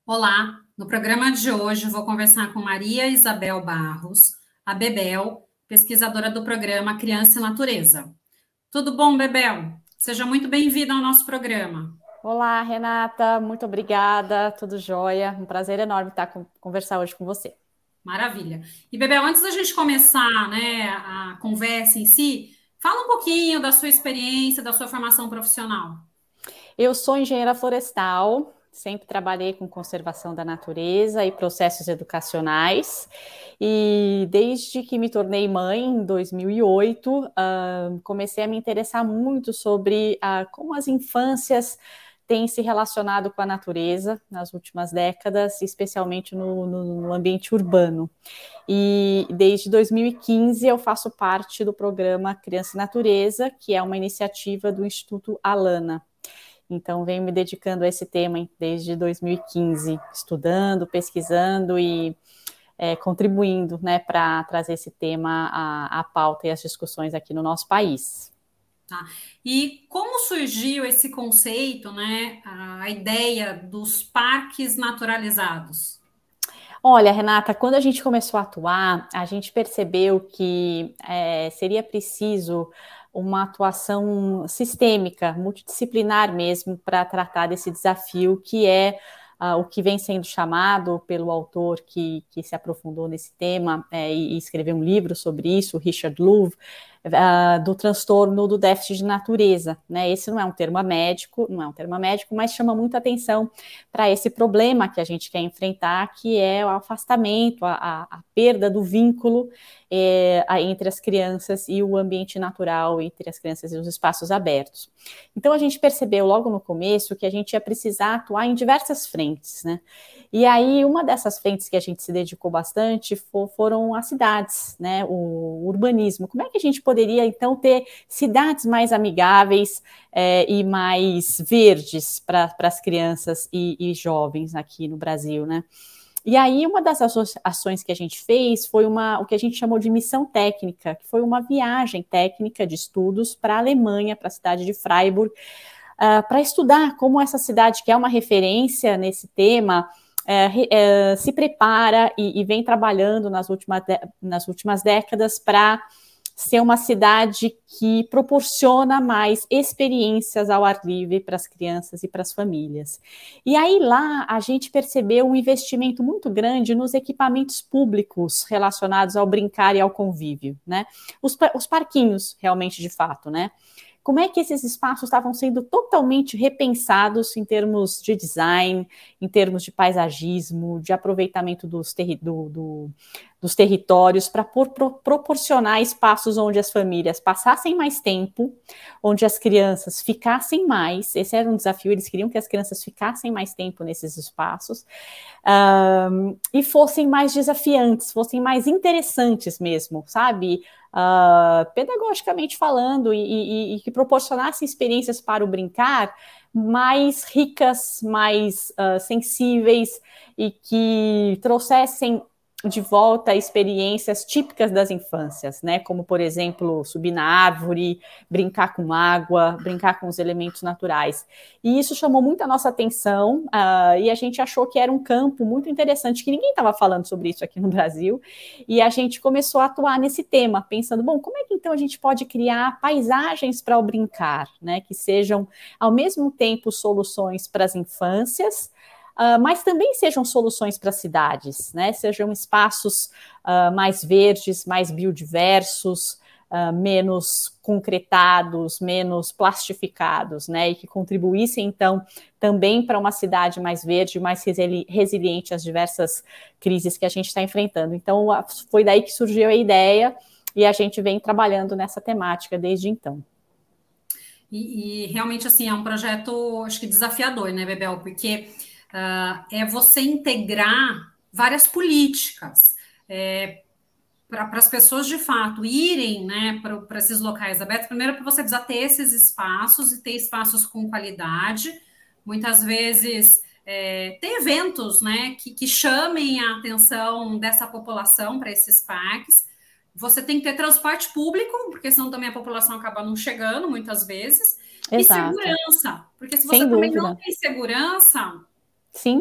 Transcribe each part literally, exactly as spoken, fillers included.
Olá, no programa de hoje eu vou conversar com Maria Isabel Barros, a Bebel, pesquisadora do programa Criança e Natureza. Tudo bom, Bebel? Seja muito bem-vinda ao nosso programa. Olá, Renata, muito obrigada, tudo jóia. Um prazer enorme estar com, conversar hoje com você. Maravilha. E, Bebel, antes da gente começar, né, a conversa em si, fala um pouquinho da sua experiência, da sua formação profissional. Eu sou engenheira florestal, sempre trabalhei com conservação da natureza e processos educacionais, e desde que me tornei mãe, em dois mil e oito, uh, comecei a me interessar muito sobre uh, como as infâncias têm se relacionado com a natureza nas últimas décadas, especialmente no, no, no ambiente urbano. E desde dois mil e quinze eu faço parte do programa Criança e Natureza, que é uma iniciativa do Instituto Alana. Então, venho me dedicando a esse tema desde dois mil e quinze, estudando, pesquisando e é, contribuindo, né, para trazer esse tema à, à pauta e às discussões aqui no nosso país. Tá? E como surgiu esse conceito, né, a ideia dos parques naturalizados? Olha, Renata, quando a gente começou a atuar, a gente percebeu que é, seria preciso uma atuação sistêmica, multidisciplinar mesmo, para tratar desse desafio que é uh, o que vem sendo chamado pelo autor que, que se aprofundou nesse tema é, e, e escreveu um livro sobre isso, Richard Louv, uh, do transtorno do déficit de natureza. Né? Esse não é um termo médico, não é um termo médico, mas chama muita atenção para esse problema que a gente quer enfrentar, que é o afastamento, a, a, a perda do vínculo é, entre as crianças e o ambiente natural, entre as crianças e os espaços abertos. Então, a gente percebeu logo no começo que a gente ia precisar atuar em diversas frentes, né? E aí, uma dessas frentes que a gente se dedicou bastante for, foram as cidades, né? O urbanismo. Como é que a gente poderia, então, ter cidades mais amigáveis é, e mais verdes para as crianças e, e jovens aqui no Brasil, né? E aí, uma das ações que a gente fez foi uma, o que a gente chamou de missão técnica, que foi uma viagem técnica de estudos para a Alemanha, para a cidade de Freiburg, uh, para estudar como essa cidade, que é uma referência nesse tema, uh, uh, se prepara e, e vem trabalhando nas últimas, nas últimas décadas para ser uma cidade que proporciona mais experiências ao ar livre para as crianças e para as famílias. E aí lá a gente percebeu um investimento muito grande nos equipamentos públicos relacionados ao brincar e ao convívio, né? Os, os parquinhos, realmente, de fato, né? Como é que esses espaços estavam sendo totalmente repensados em termos de design, em termos de paisagismo, de aproveitamento dos, terri do, do, dos territórios, para pro proporcionar espaços onde as famílias passassem mais tempo, onde as crianças ficassem mais. Esse era um desafio, eles queriam que as crianças ficassem mais tempo nesses espaços, um, e fossem mais desafiantes, fossem mais interessantes mesmo, sabe? Uh, pedagogicamente falando, e, e, e que proporcionassem experiências para o brincar mais ricas, mais uh, sensíveis e que trouxessem de volta experiências típicas das infâncias, né? Como, por exemplo, subir na árvore, brincar com água, brincar com os elementos naturais. E isso chamou muito a nossa atenção, uh, e a gente achou que era um campo muito interessante, que ninguém estava falando sobre isso aqui no Brasil, e a gente começou a atuar nesse tema, pensando, bom, como é que então a gente pode criar paisagens para o brincar, né? Que sejam, ao mesmo tempo, soluções para as infâncias, Uh, mas também sejam soluções para cidades, né? Sejam espaços uh, mais verdes, mais biodiversos, uh, menos concretados, menos plastificados, né? E que contribuíssem, então, também para uma cidade mais verde, mais resili resiliente às diversas crises que a gente está enfrentando. Então, foi daí que surgiu a ideia e a gente vem trabalhando nessa temática desde então. E, e realmente, assim, é um projeto, acho que desafiador, né, Bebel? Porque Uh, é você integrar várias políticas é, para as pessoas de fato irem, né, para esses locais abertos. Primeiro, para você precisar ter esses espaços e ter espaços com qualidade. Muitas vezes é, ter eventos, né, que, que chamem a atenção dessa população para esses parques. Você tem que ter transporte público, porque senão também a população acaba não chegando muitas vezes. E Exato. segurança, porque se você Sem também não dúvida. tem segurança, Sim.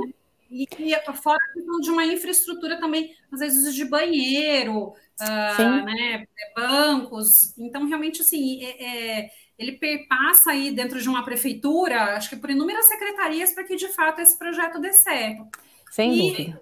E, e fora de uma infraestrutura também, às vezes de banheiro, uh, né, bancos. Então, realmente, assim, é, é, ele perpassa aí dentro de uma prefeitura, acho que por inúmeras secretarias, para que, de fato, esse projeto dê certo. Sem e, dúvida.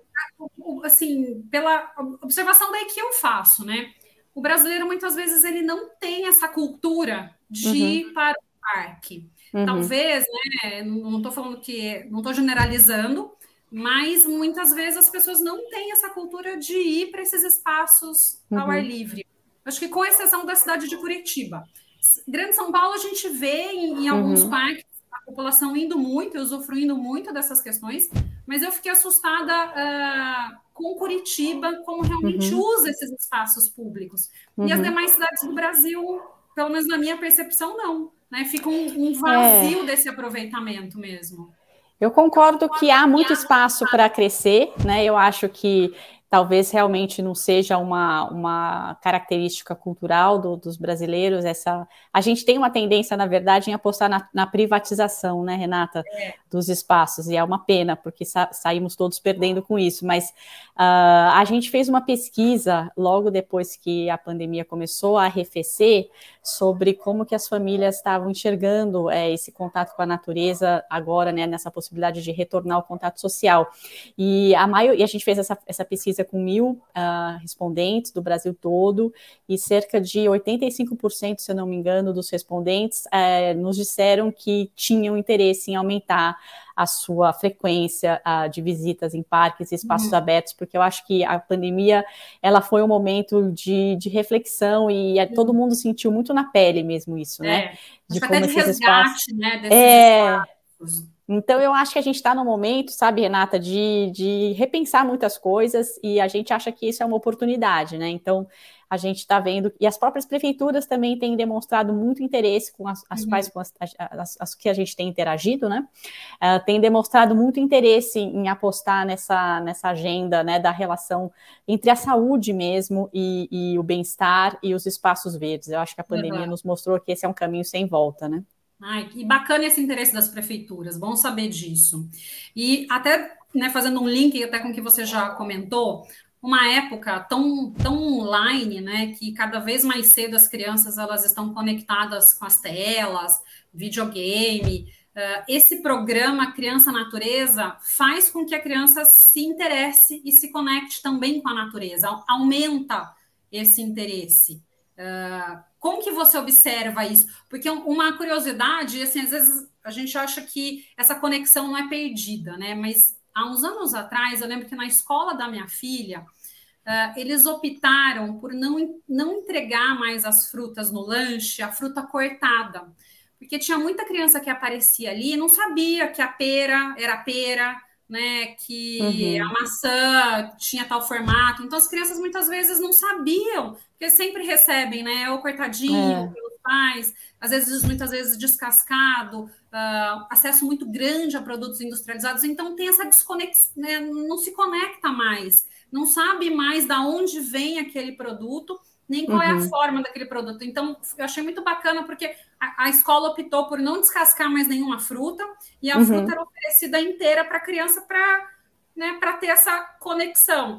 assim, pela observação daí que eu faço, né? O brasileiro, muitas vezes, ele não tem essa cultura de uhum. ir para o parque. Uhum. Talvez, né, não estou falando que, não estou generalizando, mas muitas vezes as pessoas não têm essa cultura de ir para esses espaços uhum. ao ar livre. Acho que com exceção da cidade de Curitiba. Grande São Paulo, a gente vê em, em alguns uhum. parques a população indo muito, usufruindo muito dessas questões, mas eu fiquei assustada uh, com Curitiba, como realmente uhum. usa esses espaços públicos. Uhum. E as demais cidades do Brasil, pelo menos na minha percepção, não. Né? Fica um, um vazio é. desse aproveitamento mesmo. Eu concordo que há muito espaço para crescer, né? Eu acho que talvez realmente não seja uma, uma característica cultural do, dos brasileiros. Essa, a gente tem uma tendência, na verdade, em apostar na, na privatização, né, Renata, é. dos espaços, e é uma pena, porque sa, saímos todos perdendo com isso, mas uh, a gente fez uma pesquisa logo depois que a pandemia começou a arrefecer sobre como que as famílias estavam enxergando é, esse contato com a natureza agora, né, nessa possibilidade de retornar ao contato social. E a, maior, e a gente fez essa, essa pesquisa com mil uh, respondentes do Brasil todo, e cerca de oitenta e cinco por cento, se eu não me engano, dos respondentes uh, nos disseram que tinham interesse em aumentar a sua frequência uh, de visitas em parques e espaços uhum. abertos, porque eu acho que a pandemia, ela foi um momento de, de reflexão, e uhum. todo mundo sentiu muito na pele mesmo isso, é. né? De como até de resgate, espaços... né, desses é... espaços. Então, eu acho que a gente está no momento, sabe, Renata, de, de repensar muitas coisas, e a gente acha que isso é uma oportunidade, né? Então, a gente está vendo, e as próprias prefeituras também têm demonstrado muito interesse com as, as uhum. quais com as, as, as que a gente tem interagido, né? Uh, tem demonstrado muito interesse em apostar nessa, nessa agenda, né, da relação entre a saúde mesmo e, e o bem-estar e os espaços verdes. Eu acho que a pandemia uhum. nos mostrou que esse é um caminho sem volta, né? Ai, que bacana esse interesse das prefeituras, bom saber disso. E até, né, fazendo um link até com o que você já comentou, uma época tão, tão online, né, que cada vez mais cedo as crianças elas estão conectadas com as telas, videogame. Uh, esse programa Criança Natureza faz com que a criança se interesse e se conecte também com a natureza, aumenta esse interesse. Uh, como que você observa isso? Porque uma curiosidade, assim, às vezes a gente acha que essa conexão não é perdida, né? Mas há uns anos atrás, eu lembro que na escola da minha filha, uh, eles optaram por não, não entregar mais as frutas no lanche, a fruta cortada. Porque tinha muita criança que aparecia ali e não sabia que a pera era pera, né, que uhum. a maçã tinha tal formato. Então, as crianças muitas vezes não sabiam, porque sempre recebem, né, ou cortadinho, é. pelos pais, às vezes, muitas vezes descascado, uh, acesso muito grande a produtos industrializados. Então, tem essa desconexão, né, não se conecta mais, não sabe mais de onde vem aquele produto, nem qual uhum. é a forma daquele produto. Então, eu achei muito bacana, porque a, a escola optou por não descascar mais nenhuma fruta, e a uhum. fruta era oferecida inteira para a criança para, né, para ter essa conexão.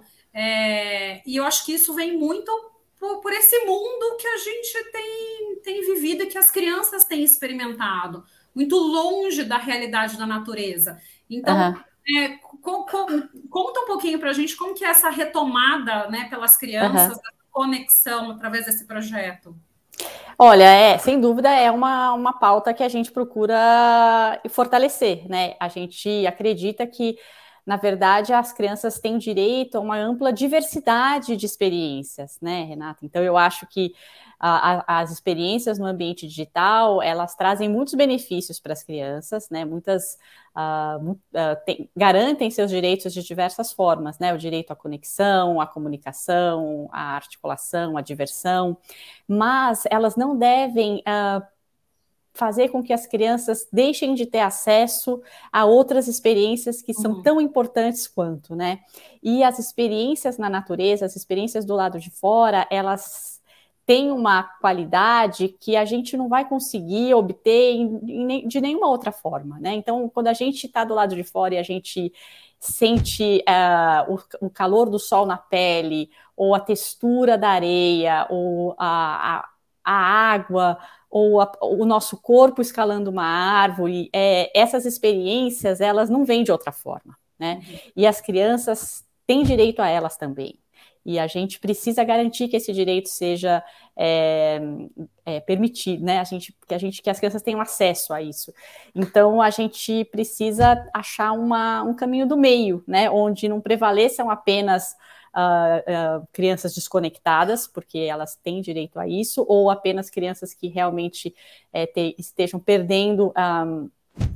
É, e eu acho que isso vem muito por, por esse mundo que a gente tem, tem vivido e que as crianças têm experimentado, muito longe da realidade da natureza. Então, uhum. é, com, com, conta um pouquinho para a gente como que é essa retomada, né, pelas crianças, uhum. conexão através desse projeto? Olha, é, sem dúvida é uma, uma pauta que a gente procura fortalecer, né? A gente acredita que, na verdade, as crianças têm direito a uma ampla diversidade de experiências, né, Renata? Então, eu acho que a, a, as experiências no ambiente digital, elas trazem muitos benefícios para as crianças, né? Muitas uh, uh, tem, garantem seus direitos de diversas formas, né? O direito à conexão, à comunicação, à articulação, à diversão, mas elas não devem uh, fazer com que as crianças deixem de ter acesso a outras experiências que são uhum. tão importantes quanto, né? E as experiências na natureza, as experiências do lado de fora, elas têm uma qualidade que a gente não vai conseguir obter em, em, de nenhuma outra forma, né? Então, quando a gente está do lado de fora e a gente sente uh, o, o calor do sol na pele, ou a textura da areia, ou a, a, a água, ou a, o nosso corpo escalando uma árvore, é, essas experiências, elas não vêm de outra forma, né? Uhum. E as crianças têm direito a elas também. E a gente precisa garantir que esse direito seja é, é, permitido, né? A gente, que, a gente, que as crianças tenham acesso a isso. Então, a gente precisa achar uma, um caminho do meio, né? Onde não prevaleçam apenas uh, uh, crianças desconectadas, porque elas têm direito a isso, ou apenas crianças que realmente é, te, estejam perdendo um,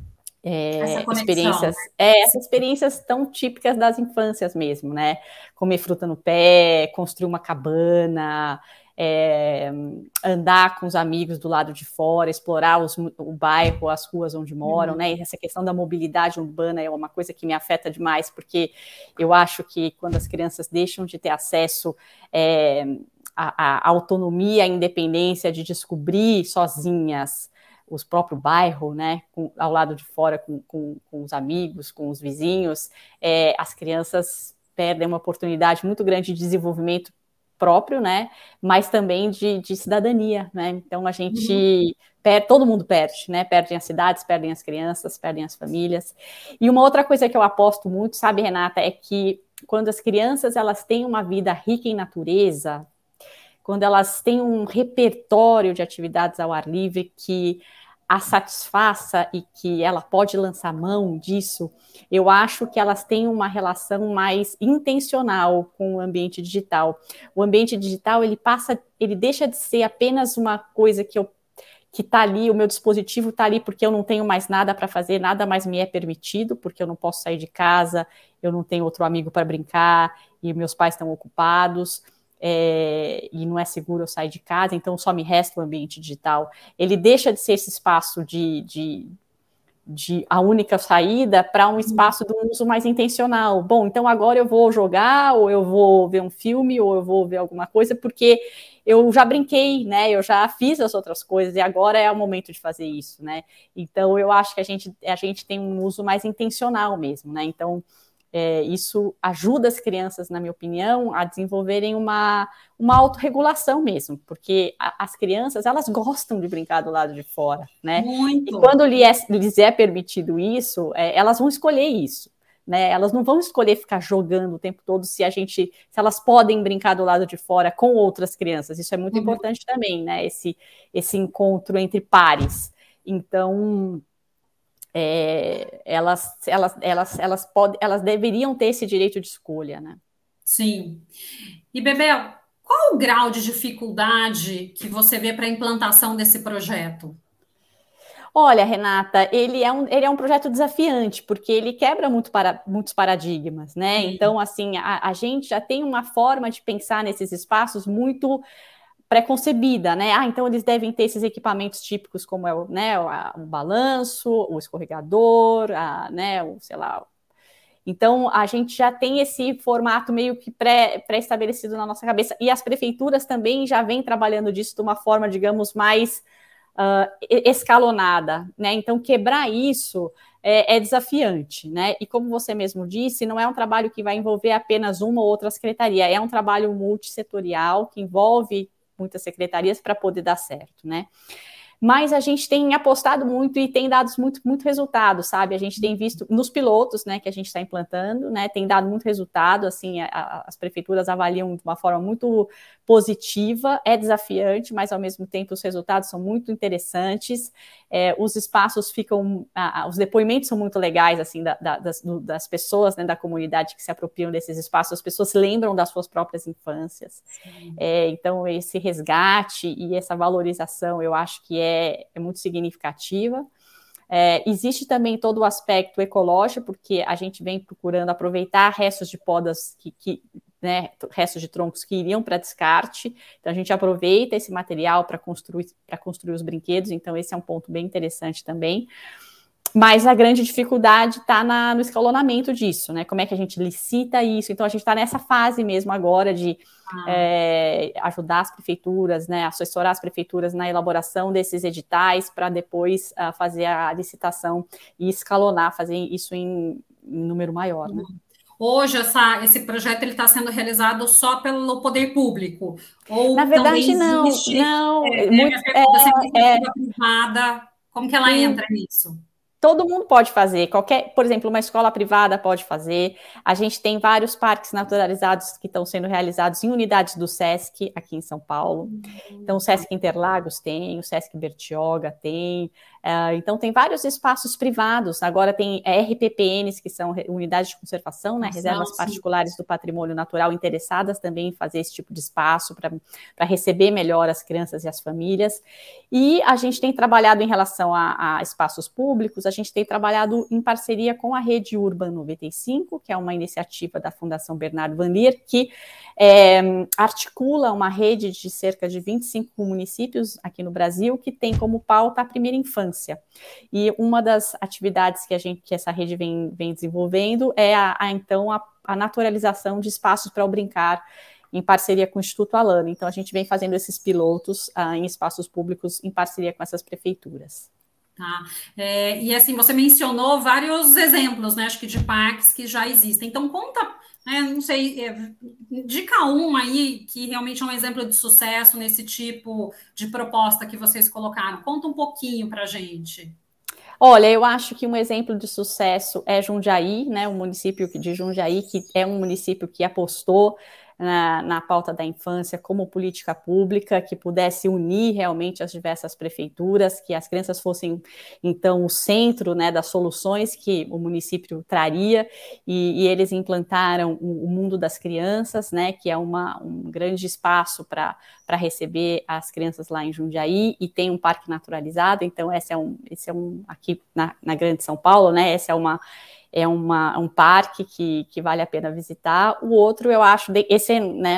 É, experiências, né? é, essas experiências tão típicas das infâncias mesmo, né? Comer fruta no pé, construir uma cabana, é, andar com os amigos do lado de fora, explorar os, o bairro, as ruas onde moram, uhum. né? E essa questão da mobilidade urbana é uma coisa que me afeta demais, porque eu acho que quando as crianças deixam de ter acesso é, à, à autonomia, à independência de descobrir sozinhas os próprios bairros, né, com, ao lado de fora, com, com, com os amigos, com os vizinhos, é, as crianças perdem uma oportunidade muito grande de desenvolvimento próprio, né, mas também de, de cidadania, né, então a gente, uhum. perde, todo mundo perde, né, perdem as cidades, perdem as crianças, perdem as famílias. E uma outra coisa que eu aposto muito, sabe, Renata, é que quando as crianças, elas têm uma vida rica em natureza, quando elas têm um repertório de atividades ao ar livre que a satisfaça e que ela pode lançar mão disso, eu acho que elas têm uma relação mais intencional com o ambiente digital. O ambiente digital, ele passa, ele deixa de ser apenas uma coisa que eu que está ali, o meu dispositivo está ali porque eu não tenho mais nada para fazer, nada mais me é permitido, porque eu não posso sair de casa, eu não tenho outro amigo para brincar e meus pais estão ocupados. É, e não é seguro eu sair de casa, então só me resta o ambiente digital. Ele deixa de ser esse espaço de, de, de a única saída para um espaço de um uso mais intencional. Bom, então agora eu vou jogar, ou eu vou ver um filme, ou eu vou ver alguma coisa, porque eu já brinquei, né? Eu já fiz as outras coisas e agora é o momento de fazer isso, né? Então eu acho que a gente, a gente tem um uso mais intencional mesmo, né? Então É, isso ajuda as crianças, na minha opinião, a desenvolverem uma, uma autorregulação mesmo, porque a, as crianças, elas gostam de brincar do lado de fora, né? Muito. E quando lhe é, lhes é permitido isso, é, elas vão escolher isso, né? Elas não vão escolher ficar jogando o tempo todo se a gente, se elas podem brincar do lado de fora com outras crianças. Isso é muito uhum. importante também, né? Esse, esse encontro entre pares. Então É, elas, elas, elas, elas, pod, elas deveriam ter esse direito de escolha, né? Sim. E, Bebel, qual o grau de dificuldade que você vê para a implantação desse projeto? Olha, Renata, ele é um, ele é um projeto desafiante, porque ele quebra muito para, muitos paradigmas, né? Sim. Então, assim, a, a gente já tem uma forma de pensar nesses espaços muito pré-concebida, né? Ah, então eles devem ter esses equipamentos típicos como é o, né, o, a, o balanço, o escorregador, a, né, o, sei lá. Então, a gente já tem esse formato meio que pré, pré-estabelecido na nossa cabeça. E as prefeituras também já vêm trabalhando disso de uma forma, digamos, mais uh, escalonada, né? Então, quebrar isso é, é desafiante, né? E como você mesmo disse, não é um trabalho que vai envolver apenas uma ou outra secretaria, é um trabalho multissetorial que envolve muitas secretarias para poder dar certo, né? Mas a gente tem apostado muito e tem dado muito, muito resultado, sabe? A gente tem visto nos pilotos, né, que a gente está implantando, né, tem dado muito resultado, assim, a, a, as prefeituras avaliam de uma forma muito positiva, é desafiante, mas ao mesmo tempo os resultados são muito interessantes, é, os espaços ficam, a, a, os depoimentos são muito legais, assim, da, da, das, do, das pessoas, né, da comunidade que se apropriam desses espaços, as pessoas se lembram das suas próprias infâncias, é, então esse resgate e essa valorização, eu acho que é É, é muito significativa. É, existe também todo o aspecto ecológico, porque a gente vem procurando aproveitar restos de podas, que, que, né, restos de troncos que iriam para descarte, então a gente aproveita esse material para construir, para construir os brinquedos, então esse é um ponto bem interessante também. Mas a grande dificuldade está no escalonamento disso, né? Como é que a gente licita isso? Então, a gente está nessa fase mesmo agora de ah. é, ajudar as prefeituras, né? Assessorar as prefeituras na elaboração desses editais para depois uh, fazer a licitação e escalonar, fazer isso em, em número maior, né? Hoje, essa, esse projeto está sendo realizado só pelo poder público? Na Ou também verdade, não, existe, não, é, é, minha muito, é, pergunta, se a é, iniciativa privada, como que ela sim, entra nisso? todo mundo pode fazer, qualquer, por exemplo, uma escola privada pode fazer. A gente tem vários parques naturalizados que estão sendo realizados em unidades do SESC aqui em São Paulo. Então, o SESC Interlagos tem, o SESC Bertioga tem. Uh, então, tem vários espaços privados. Agora tem R P P Ns, que são unidades de conservação, né, reservas particulares do patrimônio natural, interessadas também em fazer esse tipo de espaço para receber melhor as crianças e as famílias. E a gente tem trabalhado em relação a, a espaços públicos, a gente tem trabalhado em parceria com a Rede Urban noventa e cinco, que é uma iniciativa da Fundação Bernardo Van Leer, que é, articula uma rede de cerca de vinte e cinco municípios aqui no Brasil, que tem como pauta a primeira infância. E uma das atividades que, a gente, que essa rede vem, vem desenvolvendo é, a, a então, a, a naturalização de espaços para o brincar, em parceria com o Instituto Alana. Então, a gente vem fazendo esses pilotos ah, em espaços públicos em parceria com essas prefeituras. Tá. É, e assim, você mencionou vários exemplos, né? Acho que de parques que já existem. Então, conta, né, não sei, é, dica um aí, que realmente é um exemplo de sucesso nesse tipo de proposta que vocês colocaram. Conta um pouquinho para a gente. Olha, eu acho que um exemplo de sucesso é Jundiaí, né? O município de Jundiaí, que é um município que apostou Na, na pauta da infância como política pública, que pudesse unir realmente as diversas prefeituras, que as crianças fossem, então, o centro, né, das soluções que o município traria, e, e eles implantaram o, o Mundo das Crianças, né, que é uma, um grande espaço para receber as crianças lá em Jundiaí, e tem um parque naturalizado, então esse é um, esse é um aqui na, na Grande São Paulo, né, essa é uma é uma, um parque que, que vale a pena visitar. O outro, eu acho, esse é, né,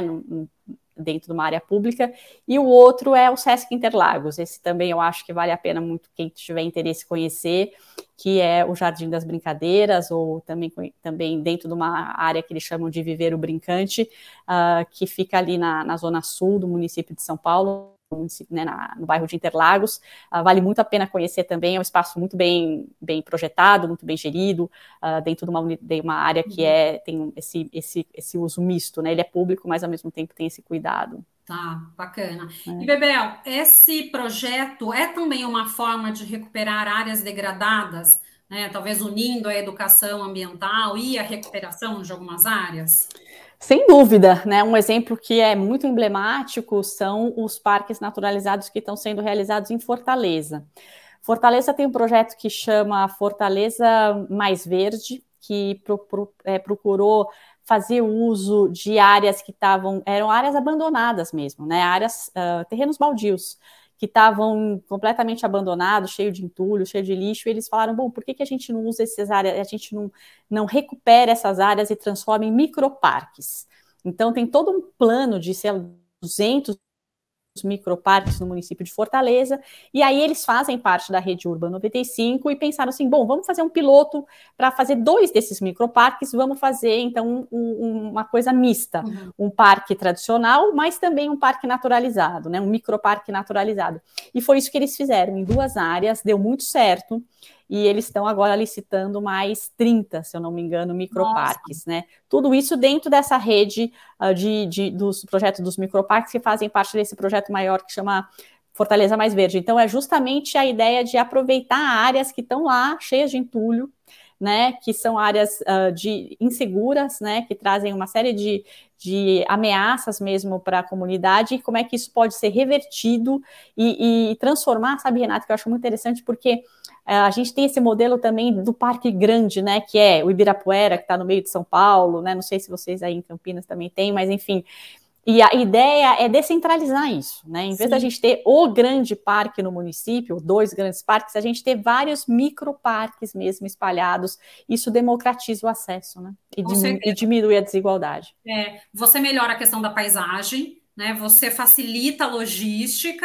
dentro de uma área pública, e o outro é o Sesc Interlagos. Esse também eu acho que vale a pena muito quem tiver interesse conhecer, que é o Jardim das Brincadeiras, ou também, também dentro de uma área que eles chamam de Viveiro Brincante, uh, que fica ali na, na zona sul do município de São Paulo, né, na, no bairro de Interlagos. Uh, vale muito a pena conhecer também, é um espaço muito bem, bem projetado, muito bem gerido, uh, dentro de uma, de uma área que é, tem esse, esse, esse uso misto, né? Ele é público, mas ao mesmo tempo tem esse cuidado. Tá, bacana. É. E, Bebel, esse projeto é também uma forma de recuperar áreas degradadas, né? Talvez unindo a educação ambiental e a recuperação de algumas áreas? Sem dúvida, né? Um exemplo que é muito emblemático são os parques naturalizados que estão sendo realizados em Fortaleza. Fortaleza tem um projeto que chama Fortaleza Mais Verde, que pro, pro, é, procurou fazer uso de áreas que estavam, eram áreas abandonadas mesmo, né? Áreas, uh, terrenos baldios, que estavam completamente abandonados, cheio de entulho, cheio de lixo, e eles falaram, bom, por que, que a gente não usa essas áreas, a gente não, não recupera essas áreas e transforma em microparques? Então, tem todo um plano de, sei lá, duzentos microparques no município de Fortaleza, e aí eles fazem parte da Rede Urban noventa e cinco e pensaram assim, bom, vamos fazer um piloto para fazer dois desses microparques, vamos fazer então um, um, uma coisa mista, uhum. um parque tradicional, mas também um parque naturalizado, né, um microparque naturalizado. E foi isso que eles fizeram em duas áreas, deu muito certo, e eles estão agora licitando mais trinta, se eu não me engano, microparques, né? Tudo isso dentro dessa rede uh, de, de, dos projetos dos microparques que fazem parte desse projeto maior que chama Fortaleza Mais Verde. Então, é justamente a ideia de aproveitar áreas que estão lá, cheias de entulho, né, que são áreas uh, de inseguras, né, que trazem uma série de, de ameaças mesmo para a comunidade, e como é que isso pode ser revertido e, e transformar, sabe, Renata, que eu acho muito interessante, porque uh, a gente tem esse modelo também do Parque Grande, né, que é o Ibirapuera, que está no meio de São Paulo, né, não sei se vocês aí em Campinas também têm, mas enfim. E a ideia é descentralizar isso, né? Em vez Sim. da gente ter o grande parque no município, dois grandes parques, a gente ter vários microparques mesmo espalhados. Isso democratiza o acesso, né? E, diminu e diminui a desigualdade. É, você melhora a questão da paisagem, né? Você facilita a logística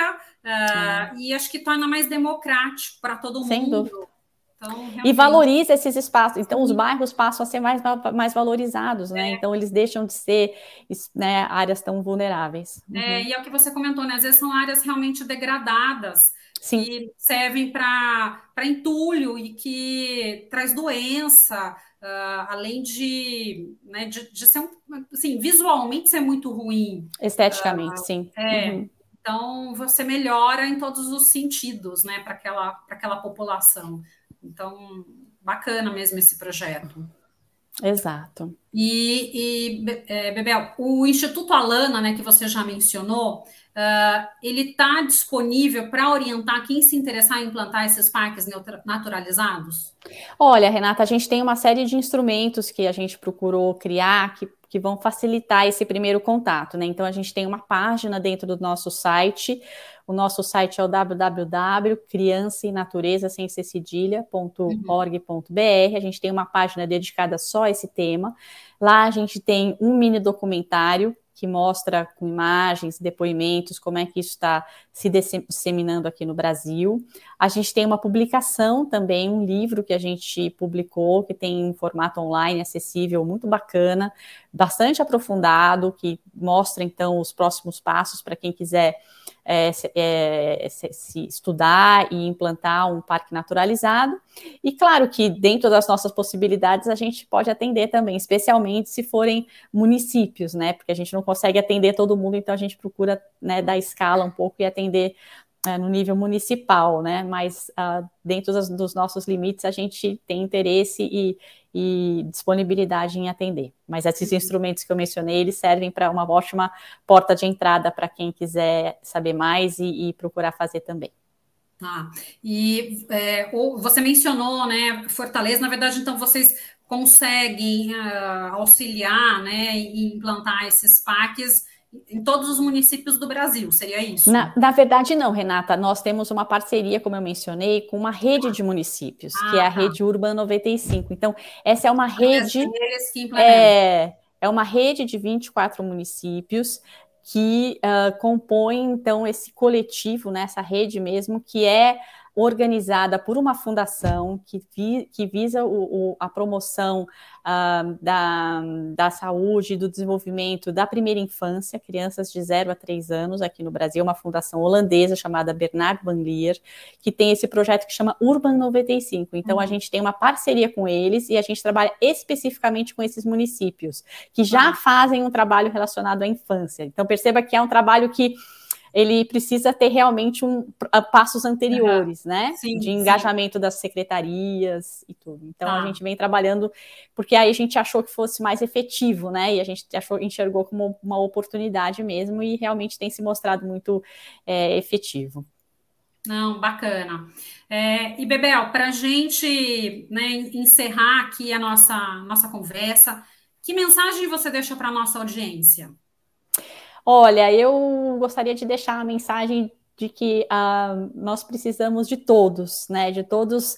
uh, é. e acho que torna mais democrático para todo Sem mundo. Dúvida. Então, e valoriza esses espaços. Então, Sim. os bairros passam a ser mais, mais valorizados, né? É. Então, eles deixam de ser, né, áreas tão vulneráveis. Uhum. É, e é o que você comentou, né? Às vezes são áreas realmente degradadas, Sim. que servem para entulho e que traz doença, uh, além de, né, de, de ser um, assim, visualmente ser muito ruim. Esteticamente, uh, sim. É, uhum. Então você melhora em todos os sentidos, né, para aquela, para aquela população. Então, bacana mesmo esse projeto. Exato. E, e é, Bebel, o Instituto Alana, né, que você já mencionou, uh, ele está disponível para orientar quem se interessar em implantar esses parques naturalizados? Olha, Renata, a gente tem uma série de instrumentos que a gente procurou criar que, que vão facilitar esse primeiro contato, né? Então, a gente tem uma página dentro do nosso site. O nosso site é o w w w ponto criança e natureza sem ser cedilha ponto org ponto b r. A gente tem uma página dedicada só a esse tema. Lá a gente tem um mini documentário que mostra com imagens, depoimentos, como é que isso está se disseminando aqui no Brasil. A gente tem uma publicação também, um livro que a gente publicou, que tem um formato online acessível, muito bacana, bastante aprofundado, que mostra, então, os próximos passos para quem quiser é, é, se, se estudar e implantar um parque naturalizado. E, claro, que dentro das nossas possibilidades, a gente pode atender também, especialmente se forem municípios, né? Porque a gente não consegue atender todo mundo, então a gente procura, né, dar escala um pouco e atender é, no nível municipal, né? Mas uh, dentro dos, dos nossos limites a gente tem interesse e, e disponibilidade em atender. Mas esses instrumentos que eu mencionei, eles servem para uma ótima porta de entrada para quem quiser saber mais e, e procurar fazer também. Ah, e é, você mencionou, né, Fortaleza, na verdade, então vocês conseguem uh, auxiliar, né, e implantar esses parques em todos os municípios do Brasil, seria isso? Na, na verdade, não, Renata. Nós temos uma parceria, como eu mencionei, com uma rede de municípios, ah, que é a tá. Rede Urban noventa e cinco. Então, essa é uma rede. Eles que é, é uma rede de vinte e quatro municípios que uh, compõem, então, esse coletivo, né, essa rede mesmo, que é organizada por uma fundação que, vi, que visa o, o, a promoção uh, da, da saúde e do desenvolvimento da primeira infância, crianças de zero a três anos aqui no Brasil, uma fundação holandesa chamada Bernard Van Leer, que tem esse projeto que chama Urban noventa e cinco. Então, uhum. a gente tem uma parceria com eles e a gente trabalha especificamente com esses municípios, que já ah. fazem um trabalho relacionado à infância. Então, perceba que é um trabalho que ele precisa ter realmente um, passos anteriores, uhum. né? Sim, de engajamento sim. das secretarias e tudo. Então, ah. a gente vem trabalhando, porque aí a gente achou que fosse mais efetivo, né? E a gente achou, enxergou como uma oportunidade mesmo e realmente tem se mostrado muito é, efetivo. Não, bacana. É, e, Bebel, para a gente, né, encerrar aqui a nossa, nossa conversa, que mensagem você deixa para a nossa audiência? Olha, eu gostaria de deixar a mensagem de que uh, nós precisamos de todos, né? De todos.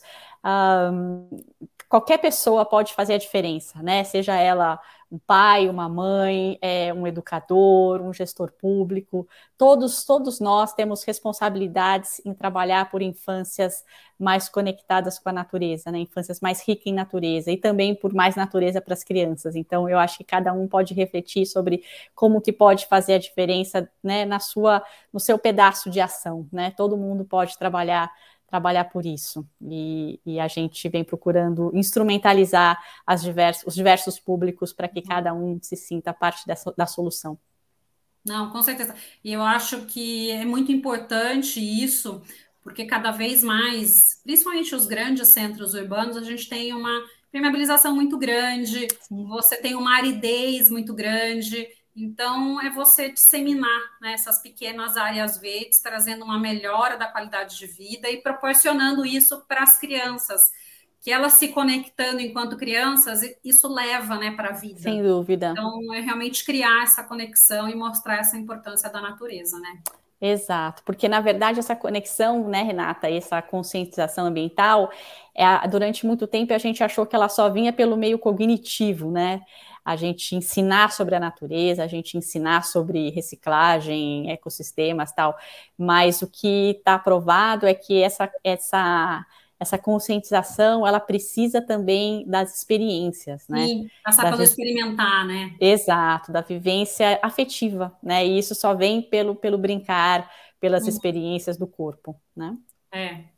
Uh, qualquer pessoa pode fazer a diferença, né? Seja ela um pai, uma mãe, é, um educador, um gestor público. Todos, todos nós temos responsabilidades em trabalhar por infâncias mais conectadas com a natureza, né? Infâncias mais ricas em natureza e também por mais natureza para as crianças. Então, eu acho que cada um pode refletir sobre como que pode fazer a diferença, né, na sua, no seu pedaço de ação, né? Todo mundo pode trabalhar trabalhar por isso, e, e a gente vem procurando instrumentalizar as diversos, os diversos públicos para que cada um se sinta parte dessa, da solução. Não, com certeza. E eu acho que é muito importante isso, porque cada vez mais, principalmente os grandes centros urbanos, a gente tem uma permeabilização muito grande, Sim. você tem uma aridez muito grande. Então, é você disseminar, né, essas pequenas áreas verdes, trazendo uma melhora da qualidade de vida e proporcionando isso para as crianças, que elas se conectando enquanto crianças, isso leva, né, para a vida. Sem dúvida. Então, é realmente criar essa conexão e mostrar essa importância da natureza, né? Exato, porque na verdade essa conexão, né, Renata, essa conscientização ambiental, é, durante muito tempo a gente achou que ela só vinha pelo meio cognitivo, né? A gente ensinar sobre a natureza, a gente ensinar sobre reciclagem, ecossistemas, tal. Mas o que está provado é que essa, essa, essa conscientização, ela precisa também das experiências, né? Sim, passar das pelo experimentar, né? Exato, da vivência afetiva, né? E isso só vem pelo, pelo brincar, pelas hum. experiências do corpo, né? É.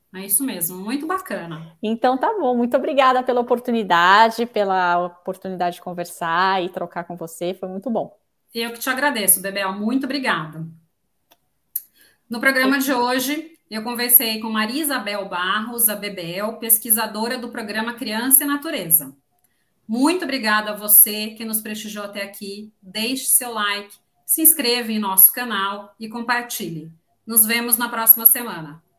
É isso mesmo, muito bacana. Então tá bom, muito obrigada pela oportunidade, pela oportunidade de conversar e trocar com você, foi muito bom. Eu que te agradeço, Bebel, muito obrigada. No programa de hoje, eu conversei com Maria Isabel Barros, a Bebel, pesquisadora do programa Criança e Natureza. Muito obrigada a você que nos prestigiou até aqui. Deixe seu like, se inscreva em nosso canal e compartilhe. Nos vemos na próxima semana.